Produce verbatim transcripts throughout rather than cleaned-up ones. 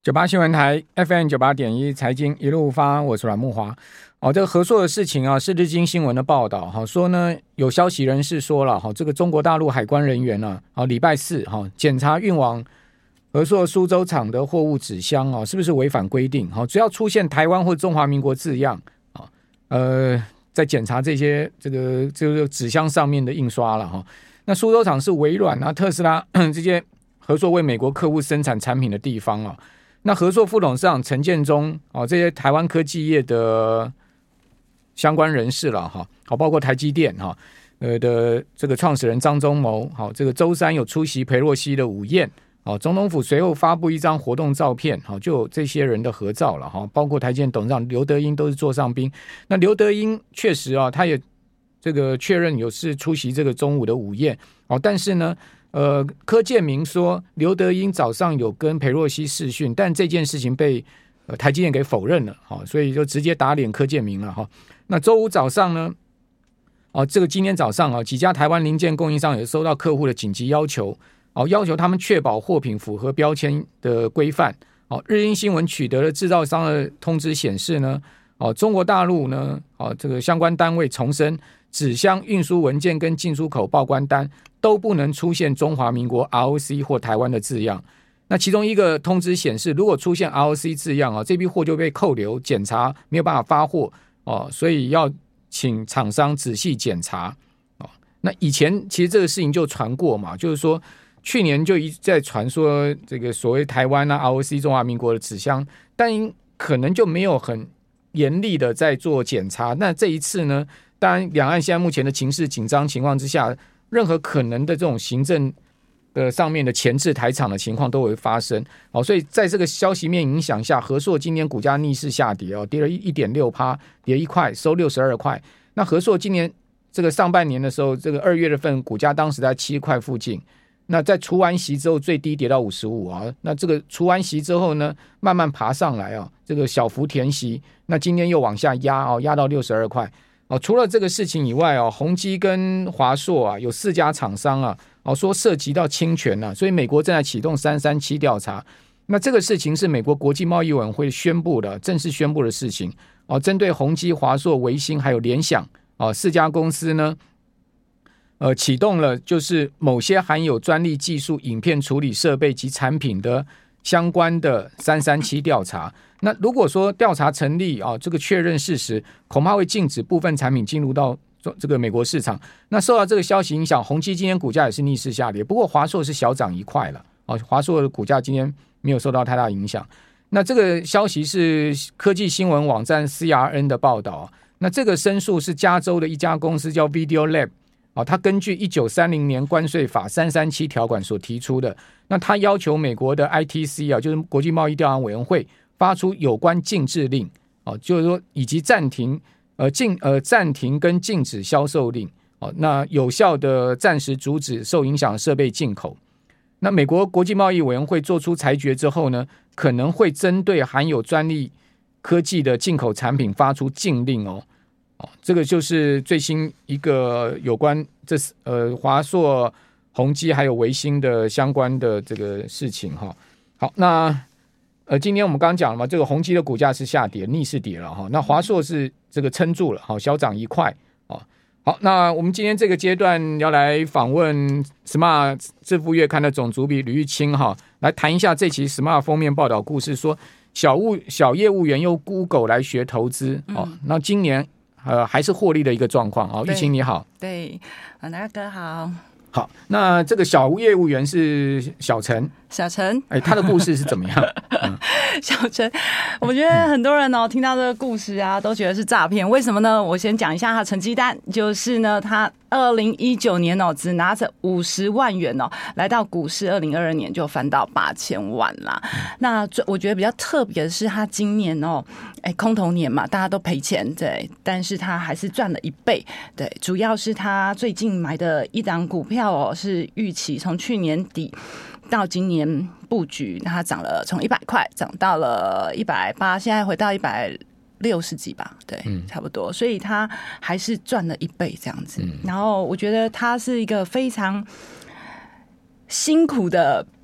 九八新闻台 F M 九八点一财经一路发，我是阮慕骅。哦，这个合作的事情啊，是日经新闻的报道，哈，说呢有消息人士说了，哈，这个中国大陆海关人员呢，啊，礼拜四哈检查运往合作苏州厂的货物纸箱啊，是不是违反规定？哈，只要出现台湾或中华民国字样啊，呃，在检查这些这个这个纸箱上面的印刷了哈。那苏州厂是微软啊、特斯拉这些合作为美国客户生产产品的地方啊。那合作副董事长陈建中、哦、这些台湾科技业的相关人士了哈，好，包括台积电哈呃的这个创始人张忠谋，好，这个周三有出席裴洛西的午宴，好，总统府随后发布一张活动照片，好，就有这些人的合照了哈，包括台积电董事长刘德音都是座上宾。那刘德音确实啊，他也这个确认有是出席这个中午的午宴，好，但是呢。呃，柯建铭说刘德音早上有跟裴洛西视讯，但这件事情被、呃、台积电给否认了，哦，所以就直接打脸柯建铭了，哦。那周五早上呢，哦，这个今天早上啊，几家台湾零件供应商也收到客户的紧急要求，哦，要求他们确保货品符合标签的规范。哦，日经新闻取得了制造商的通知显示呢，哦，中国大陆呢，哦，这个相关单位重申，纸箱运输文件跟进出口报关单都不能出现中华民国 R O C 或台湾的字样。那其中一个通知显示，如果出现 R O C 字样啊，这批货就被扣留检查，没有办法发货哦，所以要请厂商仔细检查哦。那以前其实这个事情就传过嘛，就是说去年就一直在传说这个所谓台湾啊 R O C 中华民国的纸箱，但可能就没有很严厉的在做检查。那这一次呢，当然两岸现在目前的情势紧张情况之下，任何可能的这种行政的上面的前置台厂的情况都会发生，好，所以在这个消息面影响下，和硕今年股价逆势下跌哦，跌了 一点六趴， 跌一块，收六十二块。那和硕今年这个上半年的时候，这个二月份股价当时在七块附近，那在除完息之后最低跌到五十五啊，那这个除完息之后呢，慢慢爬上来啊，这个小幅填息，那今天又往下压哦，压到六十二块。哦，除了这个事情以外哦，宏基跟华硕啊有四家厂商啊，哦说涉及到侵权啊，所以美国正在启动三三七调查。那这个事情是美国国际贸易委员会宣布的，正式宣布的事情。哦，针对宏基、华硕、微星还有联想哦四家公司呢，呃启动了就是某些含有专利技术影片处理设备及产品的相关的三三七调查。那如果说调查成立啊，这个确认事实，恐怕会禁止部分产品进入到这个美国市场。那受到这个消息影响，宏基今天股价也是逆势下跌，不过华硕是小涨一块了啊，华硕的股价今天没有受到太大影响。那这个消息是科技新闻网站 C R N 的报道，那这个申诉是加州的一家公司叫 Video Lab。哦，他根据一九三零年关税法三三七条款所提出的，那他要求美国的 I T C 啊，就是国际贸易调查委员会发出有关禁制令，哦，就是说以及暂停呃禁呃暂停跟禁止销售令，哦，那有效的暂时阻止受影响的设备进口。那美国国际贸易委员会做出裁决之后呢，可能会针对含有专利科技的进口产品发出禁令哦。这个就是最新一个有关这呃华硕、宏基还有微星的相关的这个事情哈。好，那呃今天我们刚刚讲了嘛，这个宏基的股价是下跌，逆势跌了哈。那华硕是这个撑住了，好，小涨一块哦。好，那我们今天这个阶段要来访问 Smart 致富月刊的总主笔吕玉清哈，来谈一下这期 Smart 封面报道故事，说小物小业务员用 Google 来学投资哦。嗯、那今年。呃，还是获利的一个状况哦。玉清你好。 对，大哥好。 好，那这个小业务员是小陈， 小陈， 哎，他的故事是怎么样？ 嗯、小陈，我觉得很多人哦听到这个故事啊，都觉得是诈骗。为什么呢？我先讲一下他成绩单，就是呢，他二零一九年哦只拿着五十万元哦，来到股市，二零二二年就翻到八千万啦。嗯、那我觉得比较特别的是，他今年哦，哎，空头年嘛，大家都赔钱，对，但是他还是赚了一倍，对，主要是他最近买的一档股票。哦，是预期从去年底到今年布局，它涨了从一百块涨到了一百八，现在回到一百六十几吧，对，嗯、差不多，所以它还是赚了一倍这样子。嗯、然后我觉得它是一个非常辛苦的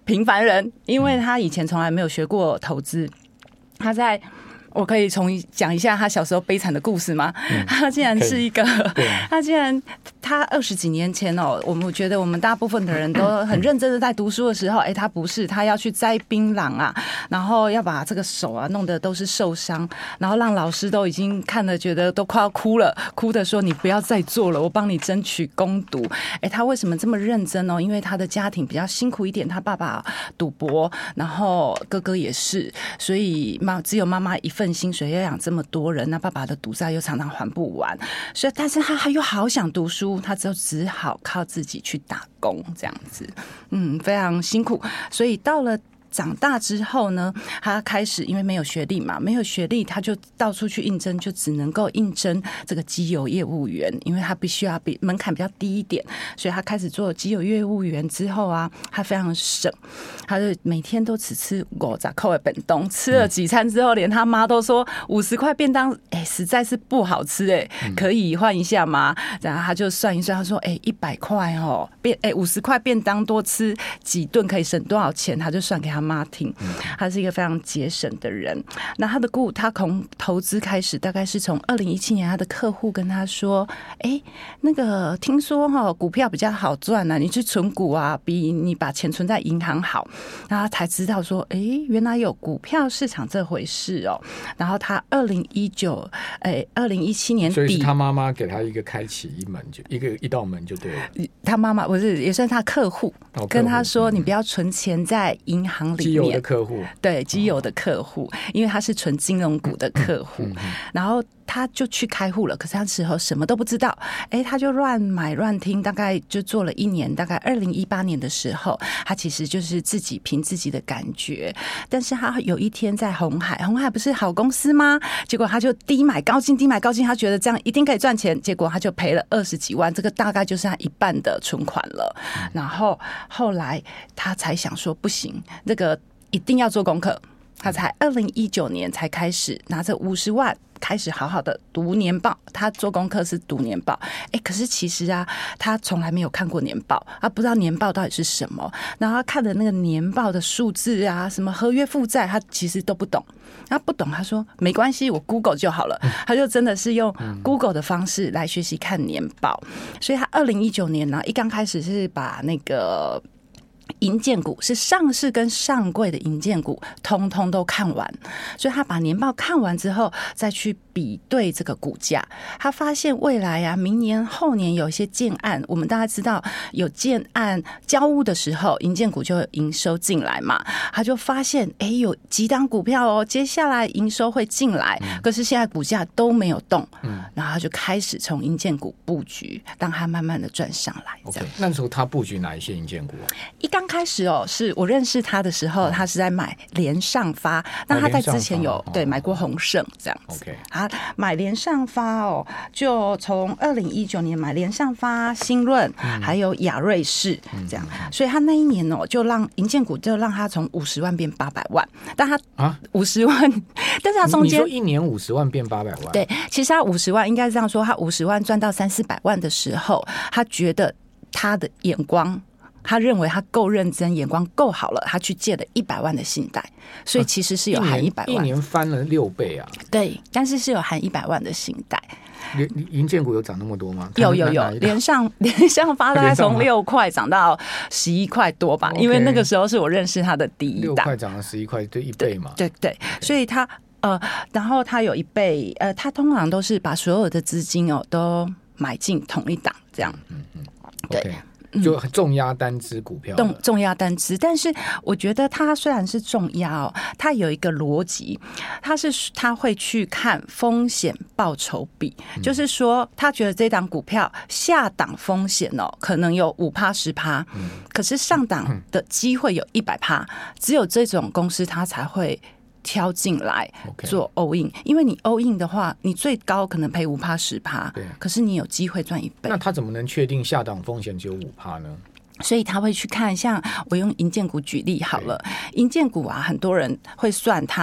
平凡人，因为他以前从来没有学过投资，他在。我可以从讲一下他小时候悲惨的故事吗？嗯、他竟然是一个，他竟然他二十几年前哦，我们觉得我们大部分的人都很认真的在读书的时候，哎，他不是，他要去摘槟榔啊，然后要把这个手啊弄得都是受伤，然后让老师都已经看了，觉得都快要哭了，哭的说你不要再做了，我帮你争取攻读。哎，他为什么这么认真哦？因为他的家庭比较辛苦一点，他爸爸赌博，然后哥哥也是，所以妈只有妈妈一份薪水要养这么多人，那爸爸的赌债又常常还不完，所以但是他又好想读书，他就只好靠自己去打工，这样子，嗯，非常辛苦，所以到了。长大之后呢，他开始因为没有学历嘛，没有学历他就到处去应征，就只能够应征这个基友业务员，因为他必须要比门槛比较低一点，所以他开始做基友业务员之后啊，他非常省，他就每天都只吃五十块的便当，吃了几餐之后，连他妈都说五十块便当，哎、欸，实在是不好吃哎、欸，可以换一下吗？然后他就算一算，他说，哎、欸，一百块哦，便哎五十块便当多吃几顿可以省多少钱？他就算给他妈听，他是一个非常节省的人。那他的股，他从投资开始，大概是从二零一七年，他的客户跟他说：“哎、欸，那个听说哈，股票比较好赚啊，你去存股啊，比你把钱存在银行好。”然后他才知道说：“哎、欸，原来有股票市场这回事哦。”然后他二零一九，哎，二零一七年底， 所以是他妈妈给他一个开启一门，就一个一道门就对了。 他妈妈不是也算他客户，哦、跟他说：“你不要存钱在银行里面。”基友的客户， 对基友的客户，因为他是纯金融股的客户，嗯嗯嗯、然后他就去开户了。可是他那时候什么都不知道，哎，他就乱买乱听，大概就做了一年。大概二零一八年的时候，他其实就是自己凭自己的感觉。但是他有一天在鸿海，鸿海不是好公司吗？结果他就低买高进，低买高进，他觉得这样一定可以赚钱，结果他就赔了二十几万，这个大概就是他一半的存款了。嗯、然后后来他才想说，不行，这个。一定要做功课，他才二零一九年才开始拿着五十万开始好好的读年报。他做功课是读年报，哎，可是其实啊，他从来没有看过年报，他不知道年报到底是什么。然后他看的那个年报的数字啊，什么合约负债，他其实都不懂。他不懂，他说没关系，我 Google 就好了。他就真的是用 Google 的方式来学习看年报。所以他二零一九年呢，一刚开始是把那个。营建股是上市跟上柜的营建股通通都看完，所以他把年报看完之后再去比对这个股价，他发现未来啊，明年后年有一些建案，我们大家知道有建案交屋的时候，营建股就有营收进来嘛，他就发现哎，有几档股票哦，接下来营收会进来，可是现在股价都没有动，嗯，然后他就开始从营建股布局，让他慢慢的赚上来。 OK， 那时候他布局哪一些营建股啊？ 一刚开始哦，是我认识他的时候，他是在买联上发，那他在之前有对买过宏盛这样子。 OK， 他买联上发哦，就从二零一九年买联上发、新润，还有亚瑞士这样，所以他那一年哦，就让营建股就让他从五十万变八百万，但他啊五十万，但是他中间你说一年五十万变八百万， 对，其实他五十万应该是这样说，他五十万赚到三四百万的时候，他觉得他的眼光。他认为他够认真，眼光够好了，他去借了一百万的信贷，所以其实是有含一百万、 啊，一年翻了六倍啊！ 对，但是是有含一百万的信贷。 营建股有涨那么多吗？ 有有有，连上连上发大概从六块涨到十一块多吧，因为那个时候是我认识他的第一档， 六块涨了十一块，就一倍嘛。 对 对, 对，所以他呃，然后他有一倍，呃，他通常都是把所有的资金哦都买进同一档，这样。嗯嗯，对。 Okay.就重压单支股票， 重重压单支，但是我觉得它虽然是重压哦，它有一个逻辑，它是它会去看风险报酬比，嗯、就是说他觉得这档股票下档风险哦可能有五趴十趴，可是上档的机会有一百趴，只有这种公司它才会。挑进来做 all in， 因为你 all in 的话，你最高可能赔五趴十趴，可是你有机会赚一倍。 那他怎么能确定下档风险只有五趴呢？ 所以他会去看，像我用营建股举例好了，营建股啊，很多人会算它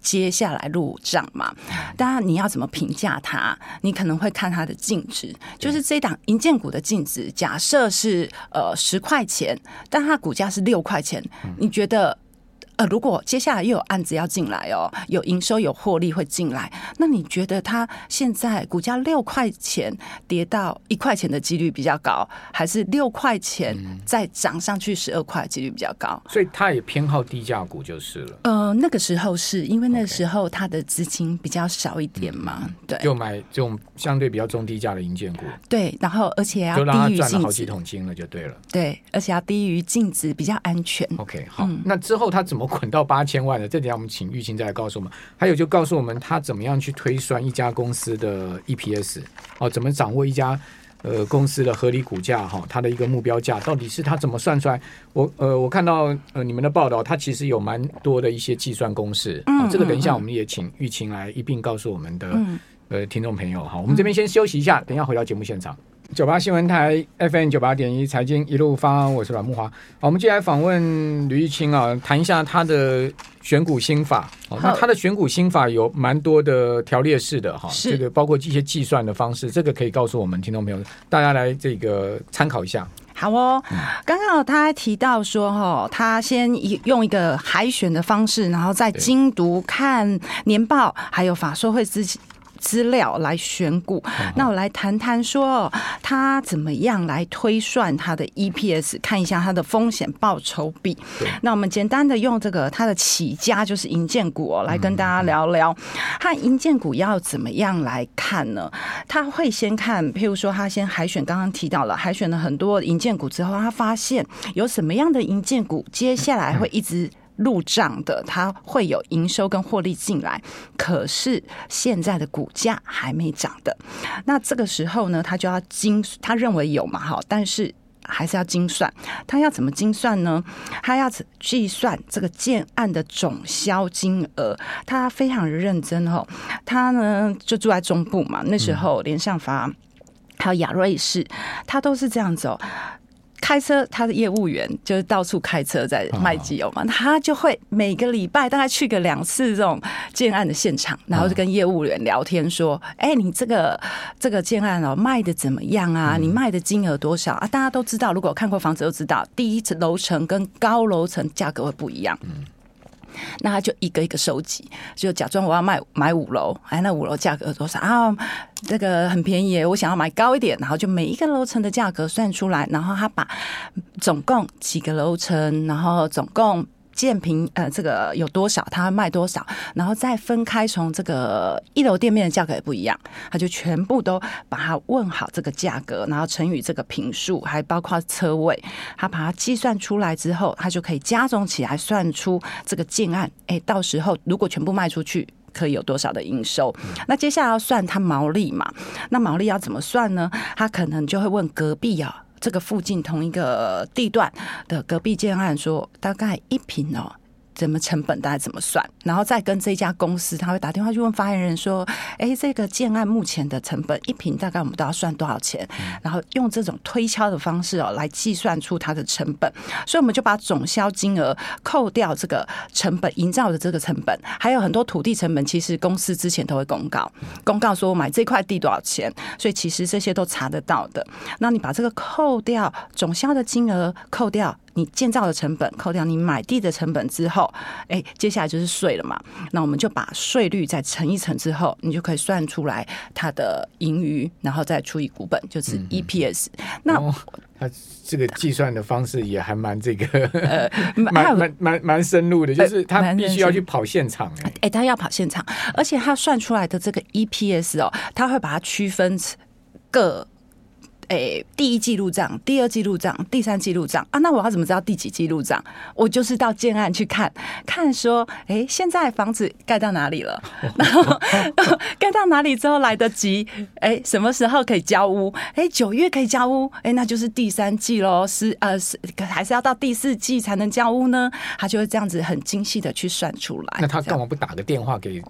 接下来入账嘛。当然你要怎么评价它，你可能会看它的净值，就是这档营建股的净值，假设是呃十块钱，但它股价是六块钱，你觉得？呃，如果接下来又有案子要进来哦，有营收有获利会进来，那你觉得它现在股价六块钱跌到一块钱的几率比较高，还是六块钱再涨上去十二块几率比较高？ 所以它也偏好低价股就是了。 呃，那个时候是因为那个时候它的资金比较少一点嘛，嗯、对， 就买这种相对比较中低价的营建股。 对，然后而且要就让它低于净值， 赚了好几桶金了，就对了。 对，而且要低于净值，比较安全。 OK， 好，嗯、那之后它怎么滚到八千万的？这点我们请玉清再来告诉我们。还有就告诉我们他怎么样去推算一家公司的 E P S， 哦，怎么掌握一家呃公司的合理股价哈、哦，它的一个目标价到底是他怎么算出来？我呃我看到呃你们的报道，它其实有蛮多的一些计算公式。嗯、哦，这个等一下我们也请玉清来一并告诉我们的、嗯、呃听众朋友。好，我们这边先休息一下，等一下回到节目现场。九八新闻台 F M 九八点一财经一路发，我是阮木华。好，我们接下来访问吕玉清啊，谈一下他的选股心法。哦、那他的选股心法有蛮多的条列式的哈，这个包括一些计算的方式，这个可以告诉我们听众朋友，大家来这个参考一下。 好哦，刚刚他还提到说哈，他先用一个海选的方式，然后再精读看年报，还有法说会资资料来选股。那我来谈谈说他怎么样来推算他的 E P S， 看一下他的风险报酬比。那我们简单的用这个他的起家就是营建股哦，来跟大家聊聊他营建股要怎么样来看呢？他会先看，譬如说他先海选，刚刚提到了海选了很多营建股之后，他发现有什么样的营建股接下来会一直入账的，它会有营收跟获利进来，可是现在的股价还没涨的，那这个时候呢，他就要精，他认为有嘛，好，但是还是要精算。他要怎么精算呢？他要计算这个建案的总销金额，他非常认真哦。他呢就住在中部嘛，那时候联上发还有亚瑞士，他都是这样子哦。开车，他的业务员就是到处开车在卖机油嘛，他就会每个礼拜大概去个两次这种建案的现场，然后就跟业务员聊天说：“哎、欸，你这个这个建案哦卖的怎么样啊？你卖的金额多少啊？”大家都知道，如果看过房子都知道，低楼层跟高楼层价格会不一样。那他就一个一个收集，就假装我要卖买五楼，哎，那五楼价格多少啊？这个很便宜，我想要买高一点，然后就每一个楼层的价格算出来，然后他把总共几个楼层，然后总共建平呃这个有多少，他卖多少，然后再分开，从这个一楼店面的价格也不一样，他就全部都把它问好这个价格，然后乘以这个坪数，还包括车位，他把它计算出来之后，他就可以加总起来算出这个建案，哎，到时候如果全部卖出去，可以有多少的营收？那接下来要算它毛利嘛？那毛利要怎么算呢？他可能就会问隔壁啊。这个附近同一个地段的隔壁建案说，大概一坪哦，怎么成本大概怎么算？然后再跟这家公司，他会打电话去问发言人说：“哎，这个建案目前的成本一坪大概我们都要算多少钱？”然后用这种推敲的方式哦，来计算出它的成本。所以我们就把总销金额扣掉这个成本，营造的这个成本，还有很多土地成本，其实公司之前都会公告，公告说我买这块地多少钱，所以其实这些都查得到的。那你把这个扣掉，总销的金额扣掉。你建造的成本扣掉你买地的成本之后，哎，接下来就是税了嘛。那我们就把税率再乘一乘之后，你就可以算出来它的盈余，然后再除以股本，就是 E P S。嗯、那、哦、 它这个计算的方式也还蛮这个，呃，蛮蛮蛮蛮深入的，就是他必须要去跑现场、欸，哎， 哎，他要跑现场，而且他算出来的这个 E P S 哦，他会把它区分各。诶，第一季入账，第二季入账，第三季入账啊，那我要怎么知道第几季入账？我就是到建案去看看说，诶，现在房子盖到哪里了？然后盖到哪里之后来得及？诶，什么时候可以交屋？诶，九月可以交屋，诶，那就是第三季咯，是呃，是还是要到第四季才能交屋呢？他就会这样子很精细的去算出来。 那他干嘛不打个电话给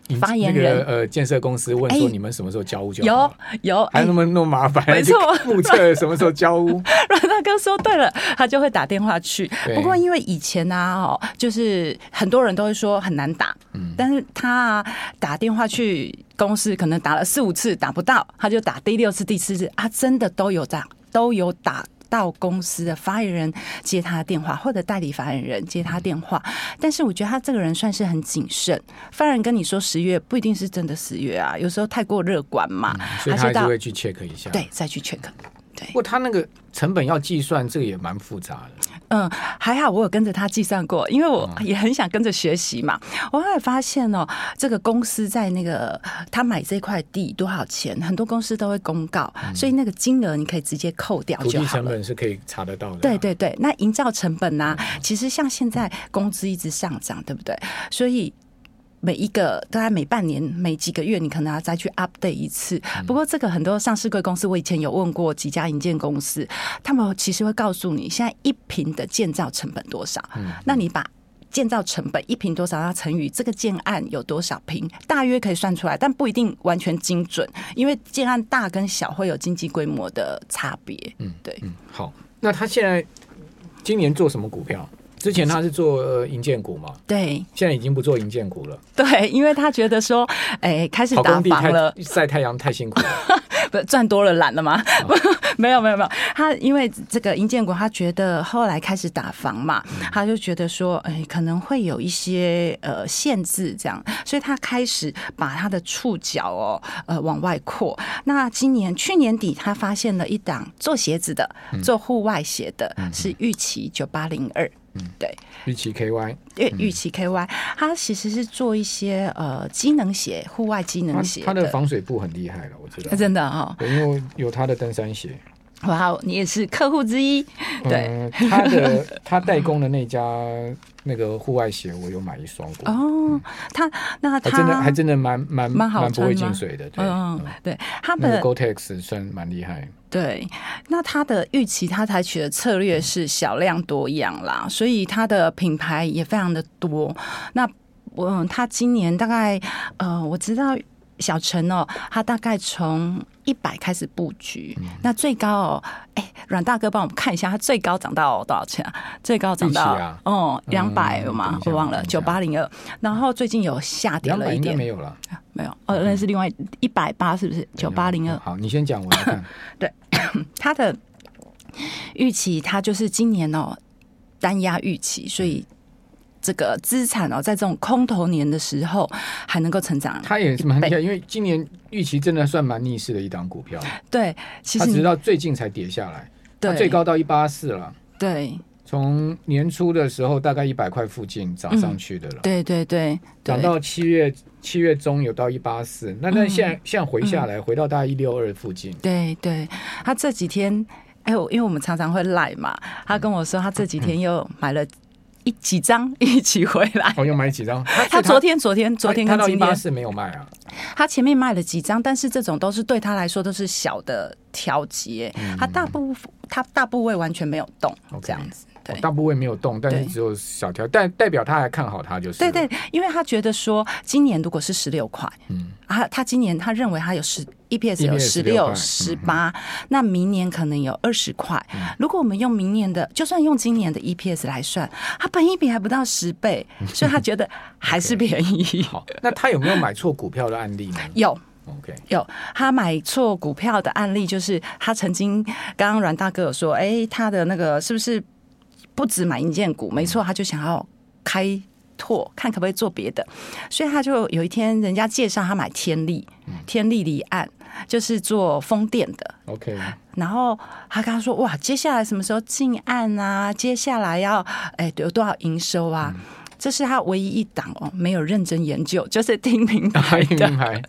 发言人、 那个呃建设公司问说你们什么时候交屋就好了， 有有， 还那么那么麻烦， 没错， 目测什么时候交屋。 阮大哥说对了，他就会打电话去。不过因为以前啊，哦，就是很多人都会说很难打，嗯，但是他啊打电话去公司，可能打了四五次打不到，他就打第六次、第四次，啊，真的都有打，都有打到公司的发言人接他的电话，或者代理发言人接他电话。但是我觉得他这个人算是很谨慎，发言人跟你说十月不一定是真的十月啊，有时候太过乐观嘛， 嗯，所以他就会去 check 一下， 对，再去 check。 不过他那个成本要计算，这个也蛮复杂的。 嗯，还好我有跟着他计算过，因为我也很想跟着学习嘛。我后来发现哦，这个公司在那个他买这块地多少钱，很多公司都会公告，嗯，所以那个金额你可以直接扣掉就好了。 土地成本是可以查得到的，啊。 对对对，那营造成本啊，其实像现在工资一直上涨，对不对？所以每一个大概每半年、每几个月，你可能要再去 update 一次。不过这个很多上市柜公司，我以前有问过几家营建公司，他们其实会告诉你现在一坪的建造成本多少。嗯，那你把建造成本一坪多少要乘以这个建案有多少坪，大约可以算出来，但不一定完全精准，因为建案大跟小会有经济规模的差别。嗯，对。 嗯，好，那他现在今年做什么股票？之前他是做呃营建股嘛， 对， 现在已经不做营建股了。 对，因为他觉得说，哎，开始打房了， 晒太阳太辛苦了， 不赚多了懒了吗？哦，没有没有没有，他因为这个营建股，他觉得后来开始打房嘛，嗯，他就觉得说，哎，可能会有一些呃限制这样，所以他开始把他的触角哦呃往外扩。那今年去年底，他发现了一档做鞋子的，嗯，做户外鞋的，嗯，是玉期九八零二。嗯，对， 玉期 K Y， 对，玉期 K Y， 它其实是做一些呃机能鞋，户外机能鞋， 它的防水布很厉害了，我知道， 真的哈， 哦，因为有它的登山鞋。 哇，你也是客户之一。对， 嗯，他的他代工的那家那个户外鞋，我有买一双过。 哦，他那他还真的还真的蛮蛮蛮好穿， 蛮不会进水的。对， 嗯，对，他的那个 Gore-Tex 算蛮厉害。 对，那他的预期，他采取的策略是小量多样啦，所以他的品牌也非常的多。那我他今年大概呃，我知道小陈哦，他大概从一百开始布局，嗯，那最高哦，哎，阮大哥帮我们看一下，他最高涨到多少钱啊？最高涨到，啊，哦两百嘛，我忘了九八零二，然后最近有下跌了一点， 没有了， 没有哦，那是另外一百八，是不是九八零二？ 好，你先讲，我来看。 对，他的预期，他就是今年哦单压预期，所以这个资产哦，在这种空头年的时候还能够成长， 他也是蛮厉害，因为今年预期真的算蛮逆势的一档股票。 对，其实他直到最近才跌下来，它最高到一八四了。 对， 从年初的时候大概一百块附近涨上去的了。嗯， 对对对， 涨到七月七月中有到一八四，那那现在，嗯，现在回下来，嗯，回到大概一六二附近。 对对，他这几天，哎，因为我们常常会赖嘛，他跟我说他这几天又买了一几张一起回来。 哦，又买几张？ 他, 他昨天昨天昨天跟今天他到一八四没有卖啊。 他前面卖了几张，但是这种都是对他来说都是小的调节，嗯，他大部他大部位完全没有动， okay， 这样子。 哦，大部位没有动，但是只有小条，但代表他还看好他就是。 对对，因为他觉得说，今年如果是十六块，嗯，啊，他今年他认为他有十 E P S 有十六、十八，那明年可能有二十块。嗯，如果我们用明年的，就算用今年的 E P S 来算，他本益比还不到十倍，所以他觉得还是便宜。 okay，好，那他有没有买错股票的案例呢？ 有。 Okay. 有他买错股票的案例，就是他曾经刚刚阮大哥有说，哎，欸，他的那个是不是不只买营建股？没错，他就想要开拓，看可不可以做别的，所以他就有一天人家介绍他买天力，嗯，天力离岸就是做风电的。 OK， 然后他跟他说，哇，接下来什么时候进岸啊？接下来要哎有多少营收啊？嗯，这是他唯一一档哦，没有认真研究，就是听名牌的。他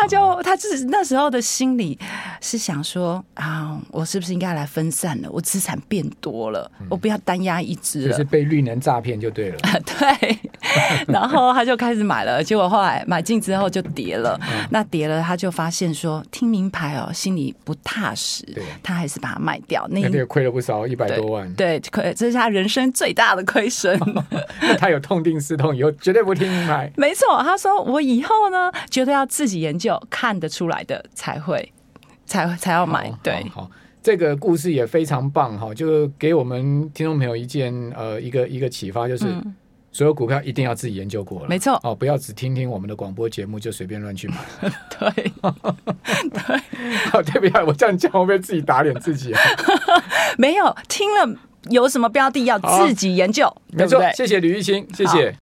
他就他就是那时候的心理是想说啊，我是不是应该来分散了？我资产变多了，嗯、我不要单押一只了， 就是被绿能诈骗就对了。 对，然后他就开始买了，结果后来买进之后就跌了。嗯、那跌了，他就发现说听名牌哦，心里不踏实，他还是把它卖掉。那那个亏了不少，一百多万。 对，对，这是他人生最大的亏损。 他有痛定思痛，以后绝对不听名牌。 没错，他说我以后呢，绝对要自己研究，看得出来的才会，才才要买。对， 好，好，这个故事也非常棒哈，就给我们听众朋友一件呃一个一个启发，就是。嗯，所有股票一定要自己研究过了， 没错哦，不要只听听我们的广播节目就随便乱去买。 对，对， 好，对不起，我这样讲会不会自己打脸自己啊？ 没有，听了有什么标的要自己研究，对不对？ 没错，谢谢吕玉清，谢谢。